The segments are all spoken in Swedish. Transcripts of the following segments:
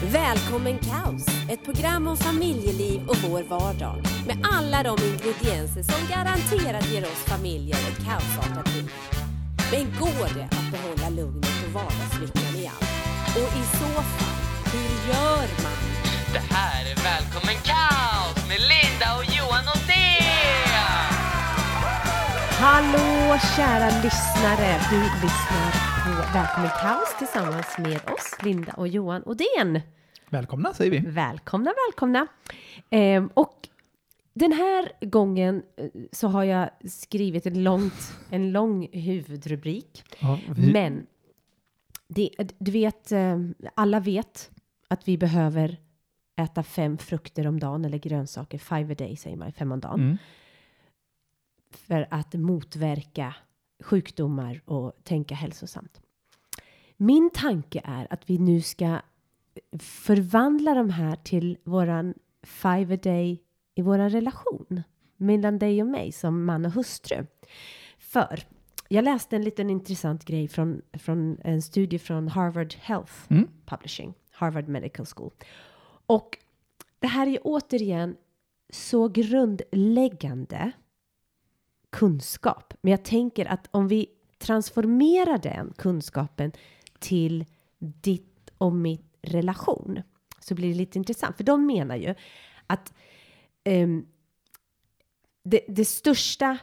Välkommen Kaos, ett program om familjeliv och vår vardag. Med alla de ingredienser som garanterat ger oss familjer ett kaosartat liv. Men går det att behålla lugnet och vardagslyckan i allt? Och i så fall, hur gör man? Det här är Välkommen Kaos med Linda och Johan och Odén! Hallå kära lyssnare, du lyssnar på Välkommen Kaos tillsammans med oss, Linda och Johan Odén. Välkomna säger vi. Välkomna. Och den här gången så har jag skrivit en lång huvudrubrik. Ja, Men du vet, alla vet att vi behöver äta 5 frukter om dagen eller grönsaker, 5 a day säger man, 5 om dagen. Mm. För att motverka sjukdomar och tänka hälsosamt. Min tanke är att vi nu ska förvandla de här till våran 5 a day i våran relation. Mellan dig och mig som man och hustru. För jag läste en liten intressant grej från en studie från Harvard Health Publishing. Harvard Medical School. Och det här är återigen så grundläggande kunskap. Men jag tänker att om vi transformerar den kunskapen till ditt och mitt relation så blir det lite intressant. För de menar ju att det största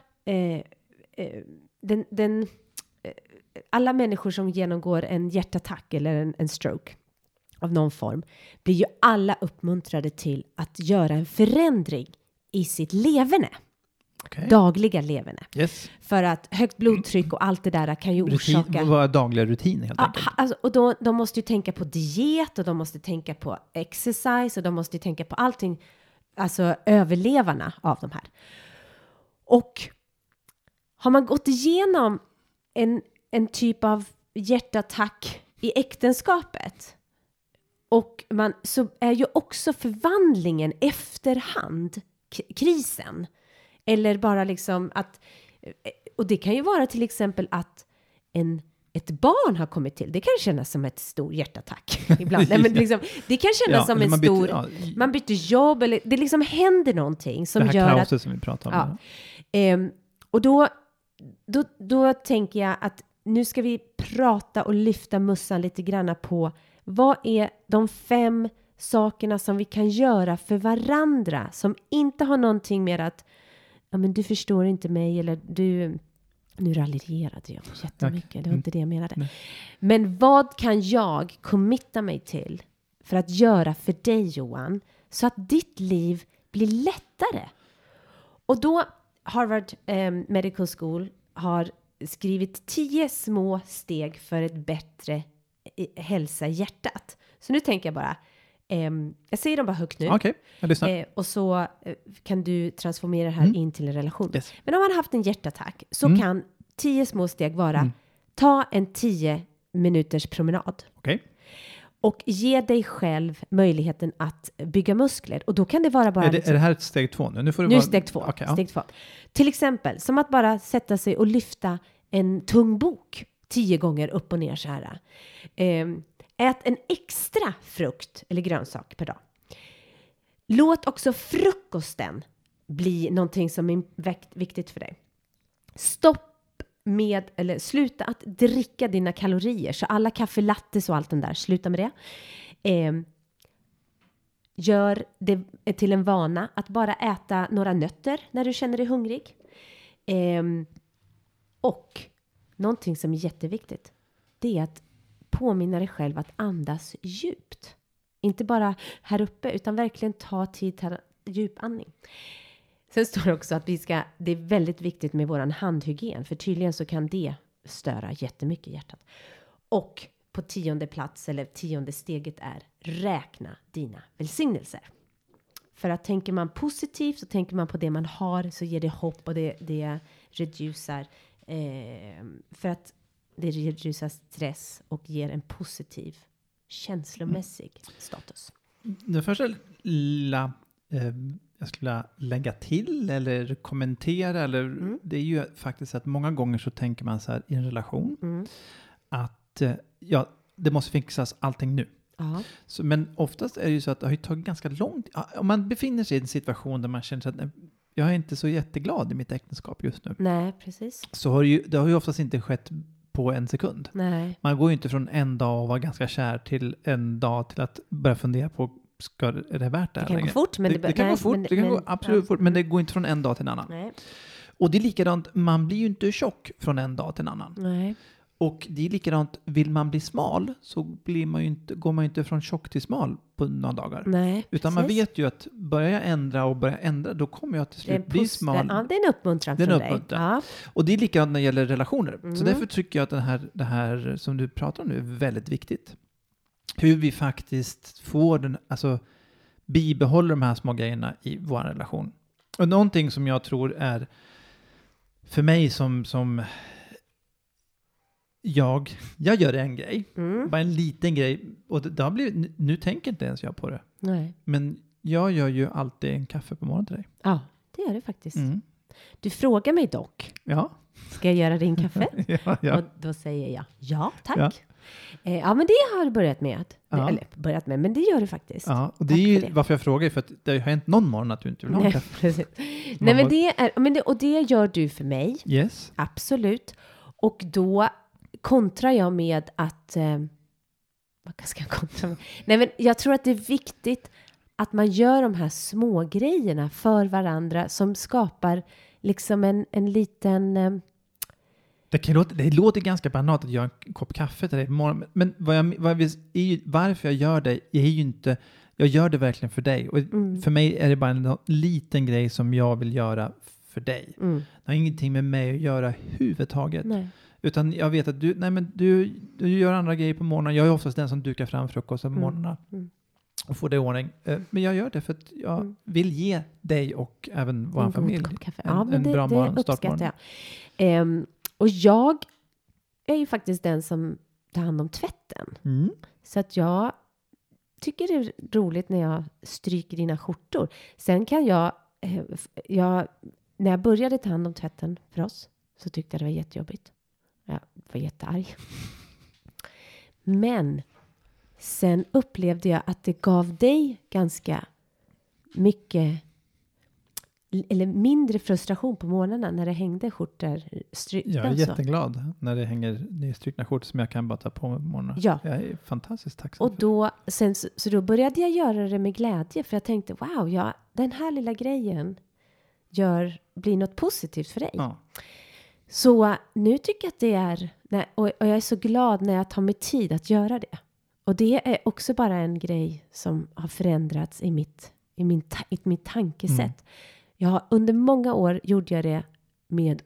alla människor som genomgår en hjärtattack eller en stroke av någon form blir ju alla uppmuntrade till att göra en förändring i sitt leverne. Okay. Dagliga leverne. Yes. För att högt blodtryck och allt det där kan ju orsaka... Våra dagliga rutiner helt enkelt. Alltså, och då, de måste ju tänka på diet och de måste tänka på exercise och de måste ju tänka på allting. Alltså överlevarna av de här. Och har man gått igenom en typ av hjärtattack i äktenskapet och så är ju också förvandlingen efterhand krisen. Eller bara liksom att, och det kan ju vara till exempel att ett barn har kommit till. Det kan kännas som ett stor hjärtattack ibland. Nej, men liksom, det kan kännas som en stor, man byter jobb eller det liksom händer någonting som det här gör kaoset att, som vi pratar om. Ja. Och då tänker jag att nu ska vi prata och lyfta mussan lite grann på vad är de 5 sakerna som vi kan göra för varandra som inte har någonting med att ja, men du förstår inte mig eller nu raljerade jag jättemycket. Det var inte det jag menade. Nej. Men vad kan jag committa mig till för att göra för dig, Johan, så att ditt liv blir lättare? Och då Harvard Medical School har skrivit 10 små steg för ett bättre hälsa i hjärtat. Så nu tänker jag bara jag säger dem bara högt nu. Okej, jag lyssnar. Och så kan du transformera det här in till en relation. Yes. Men om man har haft en hjärtattack så kan 10 små steg vara ta en 10 minuters promenad. Okej. Och ge dig själv möjligheten att bygga muskler. Och då kan det vara bara... Är det här ett steg 2 nu? Nu är steg 2. Okay, steg 2. Till exempel, som att bara sätta sig och lyfta en tung bok 10 gånger upp och ner så här. Ät en extra frukt eller grönsak per dag. Låt också frukosten bli någonting som är viktigt för dig. Sluta att dricka dina kalorier. Så alla kaffelattes och allt den där, sluta med det. Gör det till en vana att bara äta några nötter när du känner dig hungrig. Och någonting som är jätteviktigt, det är att påminna dig själv att andas djupt. Inte bara här uppe, utan verkligen ta tid till djupandning. Sen står det också att det är väldigt viktigt med våran handhygien. För tydligen så kan det störa jättemycket i hjärtat. Och på 10:e plats, eller 10:e steget är räkna dina välsignelser. För att tänker man positivt så tänker man på det man har, så ger det hopp och det reducerar. För att det reducerar stress och ger en positiv känslomässig status. Det första lilla jag skulle lägga till eller kommentera eller det är ju faktiskt att många gånger så tänker man så här i en relation att det måste fixas allting nu. Ja. Så, men oftast är det ju så att det har ju tagit ganska långt. Om man befinner sig i en situation där man känner att jag är inte så jätteglad i mitt äktenskap just nu. Nej, precis. Så det har ju oftast inte skett på en sekund. Nej. Man går ju inte från en dag och vara ganska kär till en dag till att börja fundera på är det värt det här Det kan längre? gå fort. Men det kan gå fort. Det kan gå absolut fort. Men det går inte från en dag till en annan. Nej. Och det är likadant, man blir ju inte tjock från en dag till en annan. Nej. Och det är likadant, vill man bli smal så går man ju inte från tjock till smal på några dagar. Nej, utan man vet ju att börjar jag ändra, då kommer jag till slut bli smal. Ja, det är en uppmuntran från dig. Ja. Och det är likadant när det gäller relationer. Så Mm. därför tycker jag att det här som du pratar om nu är väldigt viktigt. Hur vi faktiskt får bibehåller de här små grejerna i vår relation. Och någonting som jag tror är för mig som jag gör en grej. Bara en liten grej. Och det har blivit, nu tänker inte ens jag på det. Nej. Men jag gör ju alltid en kaffe på morgonen till dig. Ja, det gör det faktiskt. Mm. Du frågar mig dock. Ja. Ska jag göra din kaffe? ja. Och då säger jag ja, tack. Ja. Ja, men det har du börjat med. Ja. Eller börjat med, men det gör du faktiskt. Ja, och det Tack är ju för det. varför jag frågar, för att det har hänt någon morgon att du inte vill ha en Nej, kaffe. precis. Nej, men det är, och det gör du för mig. Yes. Absolut. Och då kontrar jag med att... vad ska jag kontra med? Nej, men jag tror att det är viktigt att man gör de här små grejerna för varandra som skapar liksom en liten... Det låter ganska banalt att göra en kopp kaffe till dig på morgonen. Men varför jag gör det är ju inte... Jag gör det verkligen för dig. Och för mig är det bara en liten grej som jag vill göra för dig. Det har ingenting med mig att göra överhuvudtaget. Nej. Utan jag vet att du gör andra grejer på morgonen. Jag är oftast den som dukar fram frukost på morgonen. Och får det i ordning. Men jag gör det för att jag vill ge dig och även vår familj en bra morgonstart. Det uppskattar jag. Och jag är ju faktiskt den som tar hand om tvätten. Så att jag tycker det är roligt när jag stryker dina skjortor. Sen kan jag när jag började ta hand om tvätten för oss så tyckte jag det var jättejobbigt. Jag var jättearg. Men sen upplevde jag att det gav dig ganska mycket eller mindre frustration på morgnarna när det hängde skjortor strykta. Jag är jätteglad när det hänger nystrukna skjortor som jag kan bara ta på mig på morgonen. Ja. Jag är fantastiskt tacksam. Och då, så då började jag göra det med glädje för jag tänkte wow, den här lilla grejen blir något positivt för dig. Ja. Så nu tycker jag att det är, och jag är så glad när jag tar mig tid att göra det. Och det är också bara en grej som har förändrats i mitt tankesätt. Under många år gjorde jag det med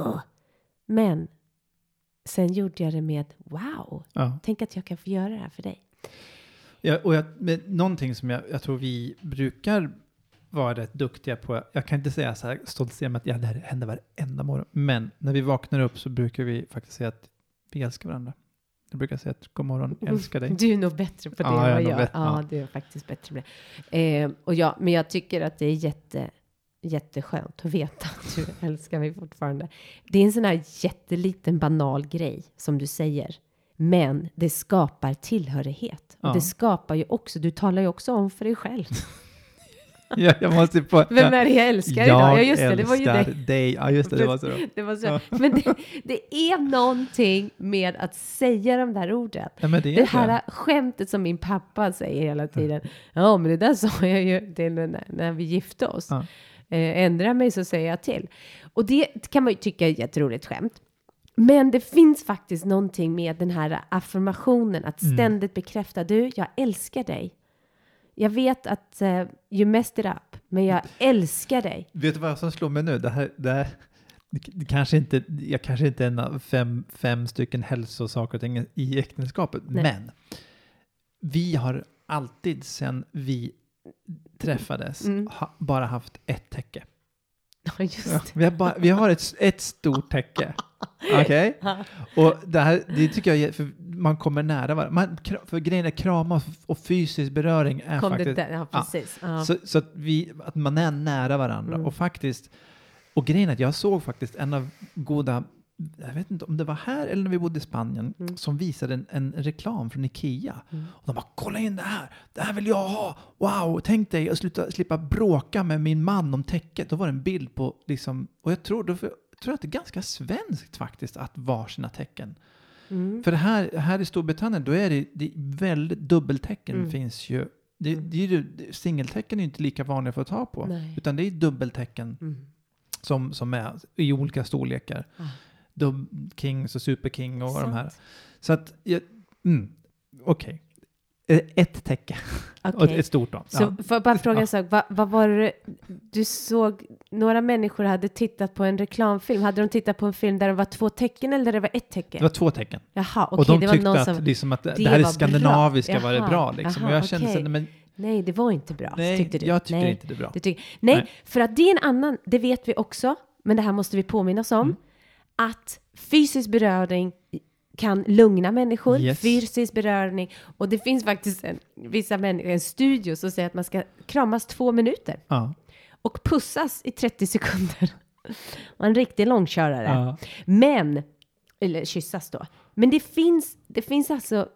men sen gjorde jag det med wow. Ja. Tänk att jag kan få göra det här för dig. Ja, någonting som jag tror vi brukar vara rätt duktiga på. Jag kan inte säga så här stoltsera med att det här händer varenda morgon. Men när vi vaknar upp så brukar vi faktiskt säga att vi älskar varandra. Jag brukar säga att god morgon, älskar dig. Du är nog bättre på det än vad jag. Ja, du är faktiskt bättre på det. Men jag tycker att det är jätteskönt att veta att du älskar mig fortfarande. Det är en sån här jätteliten banal grej som du säger. Men det skapar tillhörighet. Och det skapar ju också, du talar ju också om för dig själv. Ja, jag måste Vem är det jag älskar idag? Ja, just det var ju dig. Ja, just det, det var så. Det var så. Men det är någonting med att säga de där orden. Ja, men det här skämtet som min pappa säger hela tiden. Ja, men det där sa jag ju till när vi gifte oss. Ja. Ändra mig så säger jag till. Och det kan man ju tycka är ett jätteroligt skämt. Men det finns faktiskt någonting med den här affirmationen. Att ständigt bekräfta, jag älskar dig. Jag vet att you messed it up, men jag älskar dig. Vet du vad som slår mig nu? Det kanske inte är en av fem stycken hälsosaker och ting i äktenskapet. Nej. Men vi har alltid sedan vi träffades bara haft ett täcke. Ja, just det. Ja, vi har ett stort täcke. Okej? Okay? Och det tycker jag, för man kommer nära varandra. För grejen är krama och fysisk beröring är faktiskt... Ja, precis. Ja. Så att man är nära varandra. Och grejen är att jag såg faktiskt en av goda jag vet inte om det var här eller när vi bodde i Spanien, som visade en reklam från Ikea. Och de bara, kolla in det här vill jag ha. Wow, tänk dig att slippa bråka med min man om täcket. Då var det en bild på liksom, och jag tror att det är ganska svenskt faktiskt att varsina tecken. För här i Storbritannien, då är det väldigt dubbeltecken finns ju. Singeltecken är inte lika vanliga för att ta på. Nej. Utan det är dubbeltecken som är i olika storlekar. Kings och Super King och de här. Så att, okej. Ett täcke. Och ett stort då. Så får jag bara fråga en sak. Vad var det du såg? Några människor hade tittat på en reklamfilm. Hade de tittat på en film där det var 2 tecken eller där det var ett tecken? Det var 2 tecken. Jaha, okej. Och de det var tyckte någon att, som, liksom att det här är skandinaviska var det bra. Liksom. Jaha, och jag kände så, men nej, det var inte bra. nej, tyckte du? jag tycker inte det är bra. Nej, för att det är en annan, det vet vi också. Men det här måste vi påminna oss om. Att fysisk beröring kan lugna människor, fysisk beröring. Och det finns faktiskt en studio som säger att man ska kramas 2 minuter. Ja. Och pussas i 30 sekunder. Och en riktig långkörare. Ja. Men, eller kyssas då. Men det finns alltså,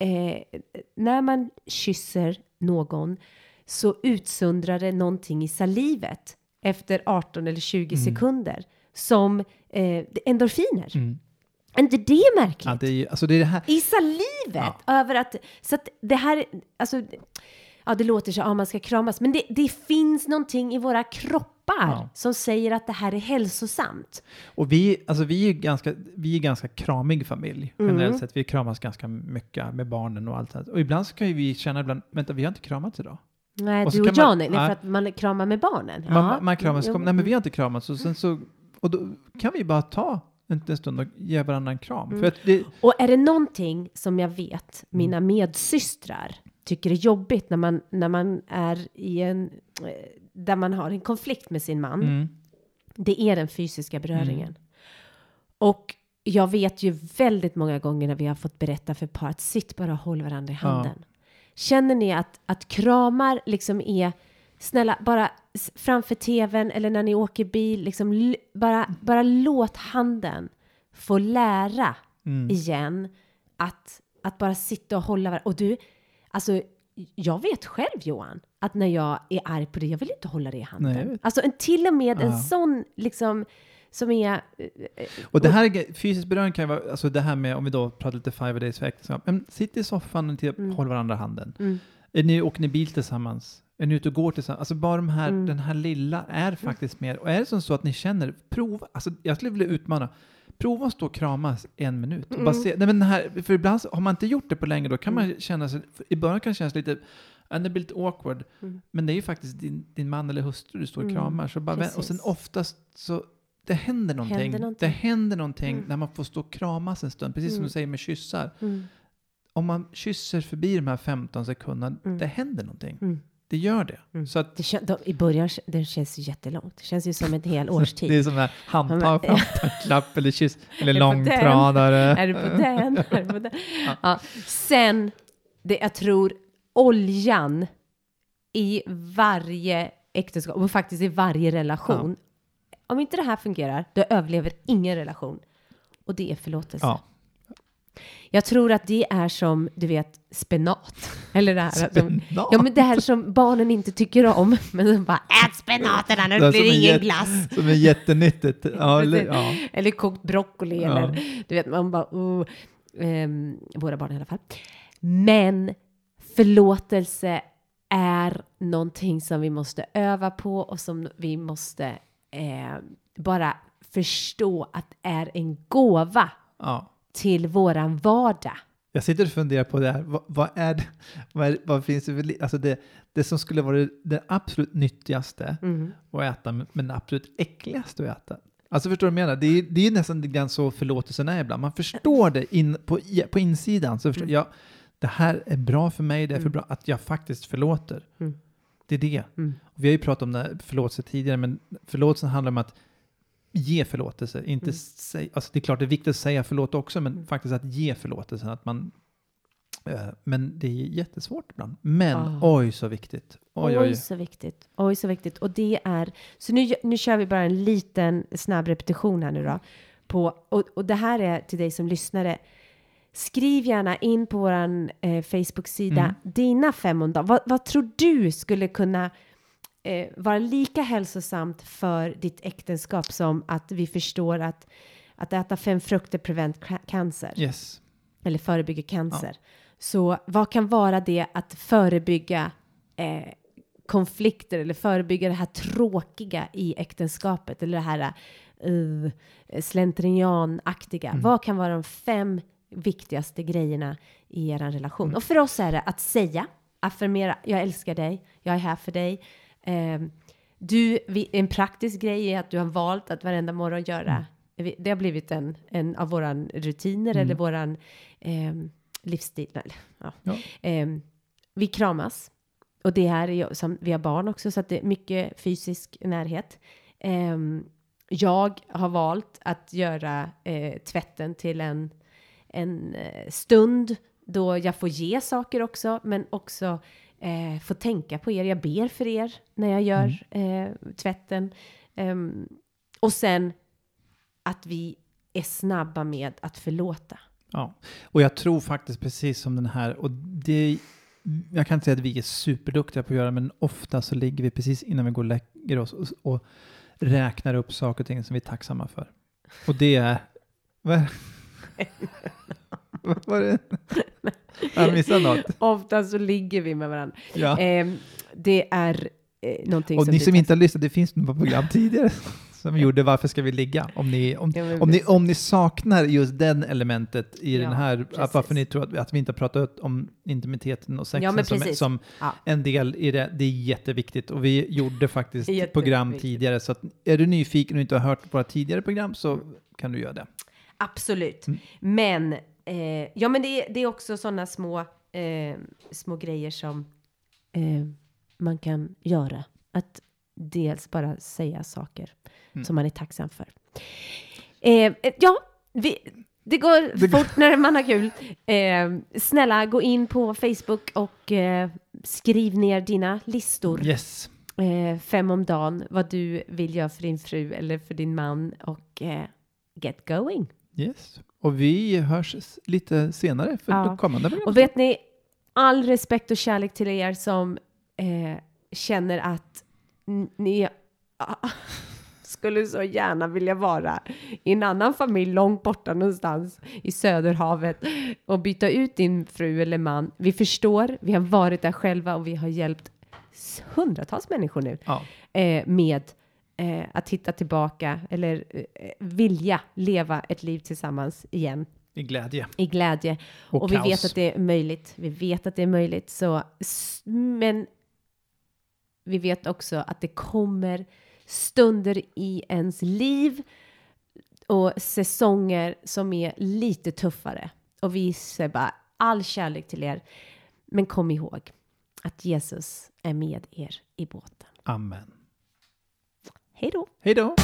när man kysser någon så utsöndrar det någonting i salivet efter 18 eller 20 sekunder. Som endorfiner. Är inte det märkligt? Ja, det är det här. I salivet. Över att, så att det här, alltså, det låter så, man ska kramas. Men det finns någonting i våra kroppar som säger att det här är hälsosamt. Och vi är ganska kramig familj. Generellt sett, vi kramas ganska mycket med barnen och allt det. Och ibland så kan ju vi känna, vänta, vi har inte kramat idag. Nej, du och jag, för att man kramar med barnen. Man kramas, nej men vi har inte kramat. Och då kan vi bara ta en stund och ge varandra en kram. För att och är det någonting som jag vet mina medsystrar tycker är jobbigt när man är i där man har en konflikt med sin man. Det är den fysiska beröringen. Och jag vet ju väldigt många gånger när vi har fått berätta för par att sitt bara håll varandra i handen. Känner ni att kramar liksom är snälla, bara framför tvn eller när ni åker bil, liksom bara låt handen få lära igen att bara sitta och hålla varandra. Och du, alltså jag vet själv, Johan, att när jag är arg på det, jag vill inte hålla det i handen. Nej, alltså till och med en sån liksom som är... Och det här fysisk beröring kan ju vara, alltså det här med, om vi då pratar lite 5 days för äktenskap, sitt i soffan och håll varandra i handen. Åker ni bil tillsammans? Är ni ute och går tillsammans? Alltså bara den här lilla är faktiskt mer. Och är det som så att ni känner, prova, alltså jag skulle vilja utmana, prova att stå och kramas 1 minut. Och bara se, nej men den här, för ibland har man inte gjort det på länge, då kan man känna sig, i början kan det kännas lite, det blir lite awkward. Men det är ju faktiskt din man eller hustru du står och kramar. Så bara, och sen oftast så, det händer någonting. Det händer någonting när man får stå och kramas en stund. Precis som du säger med kyssar. Om man kysser förbi de här 15 sekunderna, det händer någonting. Det gör det. Så att, i början, det känns ju jättelångt. Det känns ju som ett hel årstid. Det är som en handtag framför en klapp eller kyss. Eller långtradare. Är du på den? Ja. Sen, jag tror oljan i varje äktenskap och faktiskt i varje relation. Om inte det här fungerar, då överlever ingen relation. Och det är förlåtelse. Ja. Jag tror att det är som, du vet, spenat. Eller det här, men det här som barnen inte tycker om. Men som bara, ät spenaten, annars blir det ingen glass. Som är jättenyttigt. Eller kokt broccoli. Eller, du vet, man bara, våra barn i alla fall. Men förlåtelse är någonting som vi måste öva på. Och som vi måste bara förstå att är en gåva. Ja. Till våran vardag. Jag sitter och funderar på det här. Vad finns det för, alltså det som skulle vara det absolut nyttigaste att äta, men det absolut äckligaste att äta. Alltså förstår du vad jag menar? Det är nästan den så förlåtelsen är ibland. Man förstår det på insidan. Så förstår jag, det här är bra för mig. Det är för bra att jag faktiskt förlåter. Det är det. Och vi har ju pratat om det förlåtelse tidigare, men förlåtelsen handlar om att ge förlåtelse. Inte alltså det är klart det är viktigt att säga förlåt också, men faktiskt att ge förlåtelse. Att man, men det är jättesvårt ibland. Men oj så viktigt. Oj så viktigt. Och det är, så nu kör vi bara en liten snabb repetition här nu då. på, och det här är till dig som lyssnare. Skriv gärna in på våran Facebook-sida dina 5 om dagen. Vad tror du skulle kunna vara lika hälsosamt för ditt äktenskap som att vi förstår att äta 5 frukter prevent cancer. Yes. Eller förebygger cancer. Ja. Så vad kan vara det att förebygga konflikter eller förebygga det här tråkiga i äktenskapet eller det här slentrianaktiga. Vad kan vara de 5 viktigaste grejerna i er relation? Och för oss är det att säga, affirmera, jag älskar dig, jag är här för dig. En praktisk grej är att du har valt att varenda morgon göra, det har blivit en av våran rutiner eller våran livsstil. Ja. Vi kramas. Och det här är som vi har barn också, så att det är mycket fysisk närhet. Jag har valt att göra tvätten till en stund då jag får ge saker också, men också få tänka på er. Jag ber för er när jag gör tvätten. Och sen att vi är snabba med att förlåta. Ja, och jag tror faktiskt precis som den här, och jag kan inte säga att vi är superduktiga på att göra, men ofta så ligger vi precis innan vi går och lägger oss och räknar upp saker och ting som vi är tacksamma för. Och det är... Vad var det? Jag missade något. Ofta så ligger vi med varandra. Ja. Det är någonting och som... ni som inte har lyssnat, det finns några program tidigare som gjorde Varför ska vi ligga? Om ni saknar just den elementet i den här, varför ni tror att vi inte har pratat om intimiteten och sexen som en del i det, det är jätteviktigt. Och vi gjorde faktiskt program tidigare, så att är du nyfiken och inte har hört våra tidigare program så kan du göra det. Absolut. Men men det är också sådana små grejer som man kan göra. Att dels bara säga saker som man är tacksam för. Det går fort när man har kul. Snälla, gå in på Facebook och skriv ner dina listor. Yes. 5 om dagen, vad du vill göra för din fru eller för din man, och get going. Yes. Och vi hörs lite senare för det kommande program. Och vet ni, all respekt och kärlek till er som känner att ni skulle så gärna vilja vara i en annan familj långt borta någonstans i Söderhavet och byta ut din fru eller man. Vi förstår, vi har varit där själva och vi har hjälpt hundratals människor nu med att hitta tillbaka eller vilja leva ett liv tillsammans igen. I glädje. Och vi vet att det är möjligt. Så, men vi vet också att det kommer stunder i ens liv och säsonger som är lite tuffare. Och vi ser bara all kärlek till er. Men kom ihåg att Jesus är med er i båten. Amen. Hej då. Hej då.